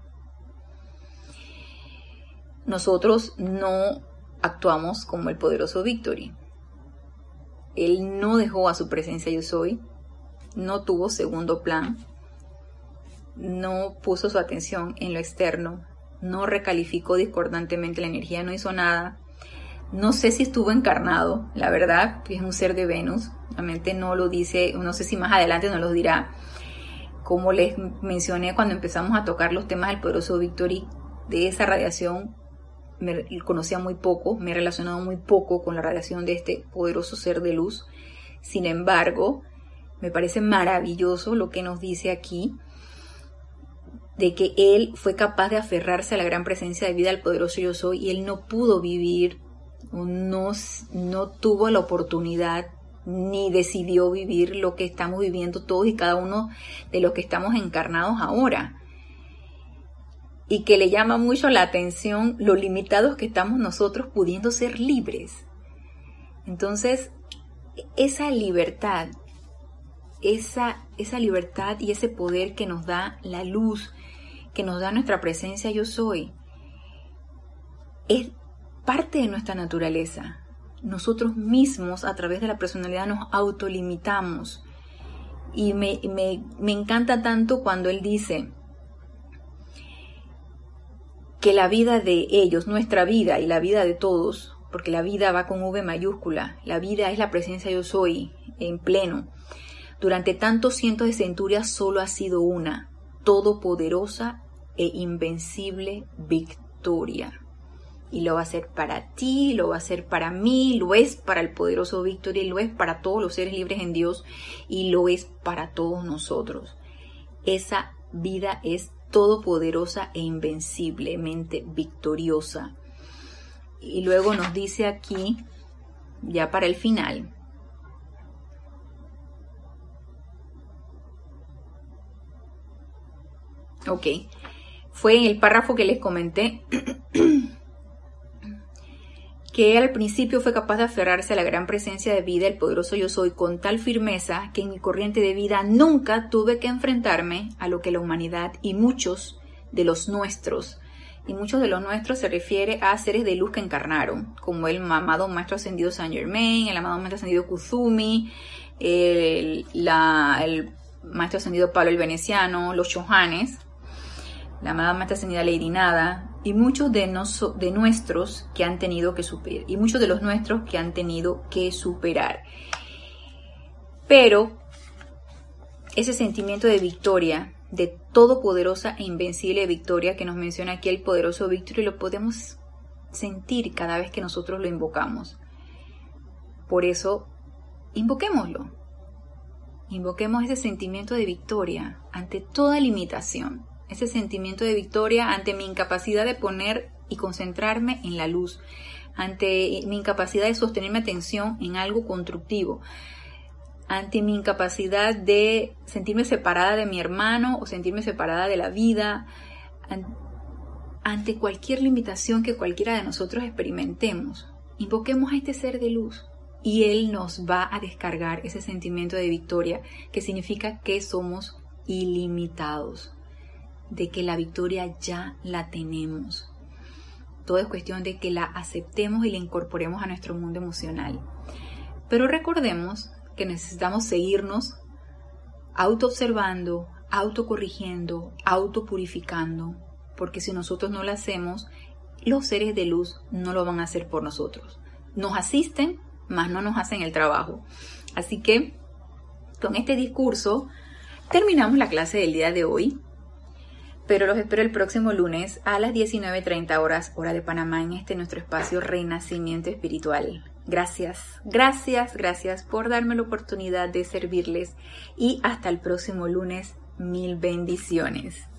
Nosotros no actuamos como el poderoso Victory. Él no dejó a su presencia yo soy, no tuvo segundo plan, no puso su atención en lo externo, no recalificó discordantemente la energía, no hizo nada. No sé si estuvo encarnado, la verdad, que es un ser de Venus, realmente no lo dice, no sé si más adelante nos lo dirá. Como les mencioné cuando empezamos a tocar los temas del poderoso Victory, de esa radiación me conocía muy poco, me he relacionado muy poco con la radiación de este poderoso ser de luz. Sin embargo, me parece maravilloso lo que nos dice aquí, de que él fue capaz de aferrarse a la gran presencia de vida del poderoso yo soy y él no pudo vivir, no tuvo la oportunidad ni decidió vivir lo que estamos viviendo todos y cada uno de los que estamos encarnados ahora. Y que le llama mucho la atención lo limitados que estamos nosotros pudiendo ser libres. Entonces, esa libertad, esa libertad y ese poder que nos da la luz, que nos da nuestra presencia yo soy, es parte de nuestra naturaleza. Nosotros mismos a través de la personalidad nos autolimitamos. Y me encanta tanto cuando él dice que la vida de ellos, nuestra vida y la vida de todos, porque la vida va con V mayúscula, la vida es la presencia yo soy en pleno. Durante tantos cientos de centurias solo ha sido una, todopoderosa e invencible victoria. Y lo va a hacer para ti, lo va a hacer para mí, lo es para el poderoso Victory, lo es para todos los seres libres en Dios y lo es para todos nosotros. Esa vida es todopoderosa e invenciblemente victoriosa. Y luego nos dice aquí, ya para el final, ok, fue en el párrafo que les comenté que él al principio fue capaz de aferrarse a la gran presencia de vida del poderoso yo soy con tal firmeza que en mi corriente de vida nunca tuve que enfrentarme a lo que la humanidad y muchos de los nuestros se refiere a seres de luz que encarnaron, como el amado Maestro Ascendido Saint Germain, el amado Maestro Ascendido Kuzumi, el Maestro Ascendido Pablo el Veneciano, los Chohanes, la amada Maestra Ascendida Lady Nada, y muchos de nuestros que han tenido que superar, y muchos de los nuestros que han tenido que superar. Pero ese sentimiento de victoria, de todopoderosa e invencible victoria que nos menciona aquí el poderoso Victory, lo podemos sentir cada vez que nosotros lo invocamos. Por eso, invoquémoslo. Invoquemos ese sentimiento de victoria ante toda limitación. Ese sentimiento de victoria ante mi incapacidad de poner y concentrarme en la luz, ante mi incapacidad de sostener mi atención en algo constructivo, ante mi incapacidad de sentirme separada de mi hermano o sentirme separada de la vida, ante cualquier limitación que cualquiera de nosotros experimentemos. Invoquemos a este ser de luz y él nos va a descargar ese sentimiento de victoria, que significa que somos ilimitados, de que la victoria ya la tenemos. Todo es cuestión de que la aceptemos y la incorporemos a nuestro mundo emocional. Pero recordemos que necesitamos seguirnos autoobservando, autocorrigiendo, autopurificando, porque si nosotros no lo hacemos, los seres de luz no lo van a hacer por nosotros. Nos asisten, mas no nos hacen el trabajo. Así que, con este discurso, terminamos la clase del día de hoy. Pero los espero el próximo lunes a las 19:30 horas, hora de Panamá, en nuestro espacio Renacimiento Espiritual. Gracias, gracias, gracias por darme la oportunidad de servirles y hasta el próximo lunes. Mil bendiciones.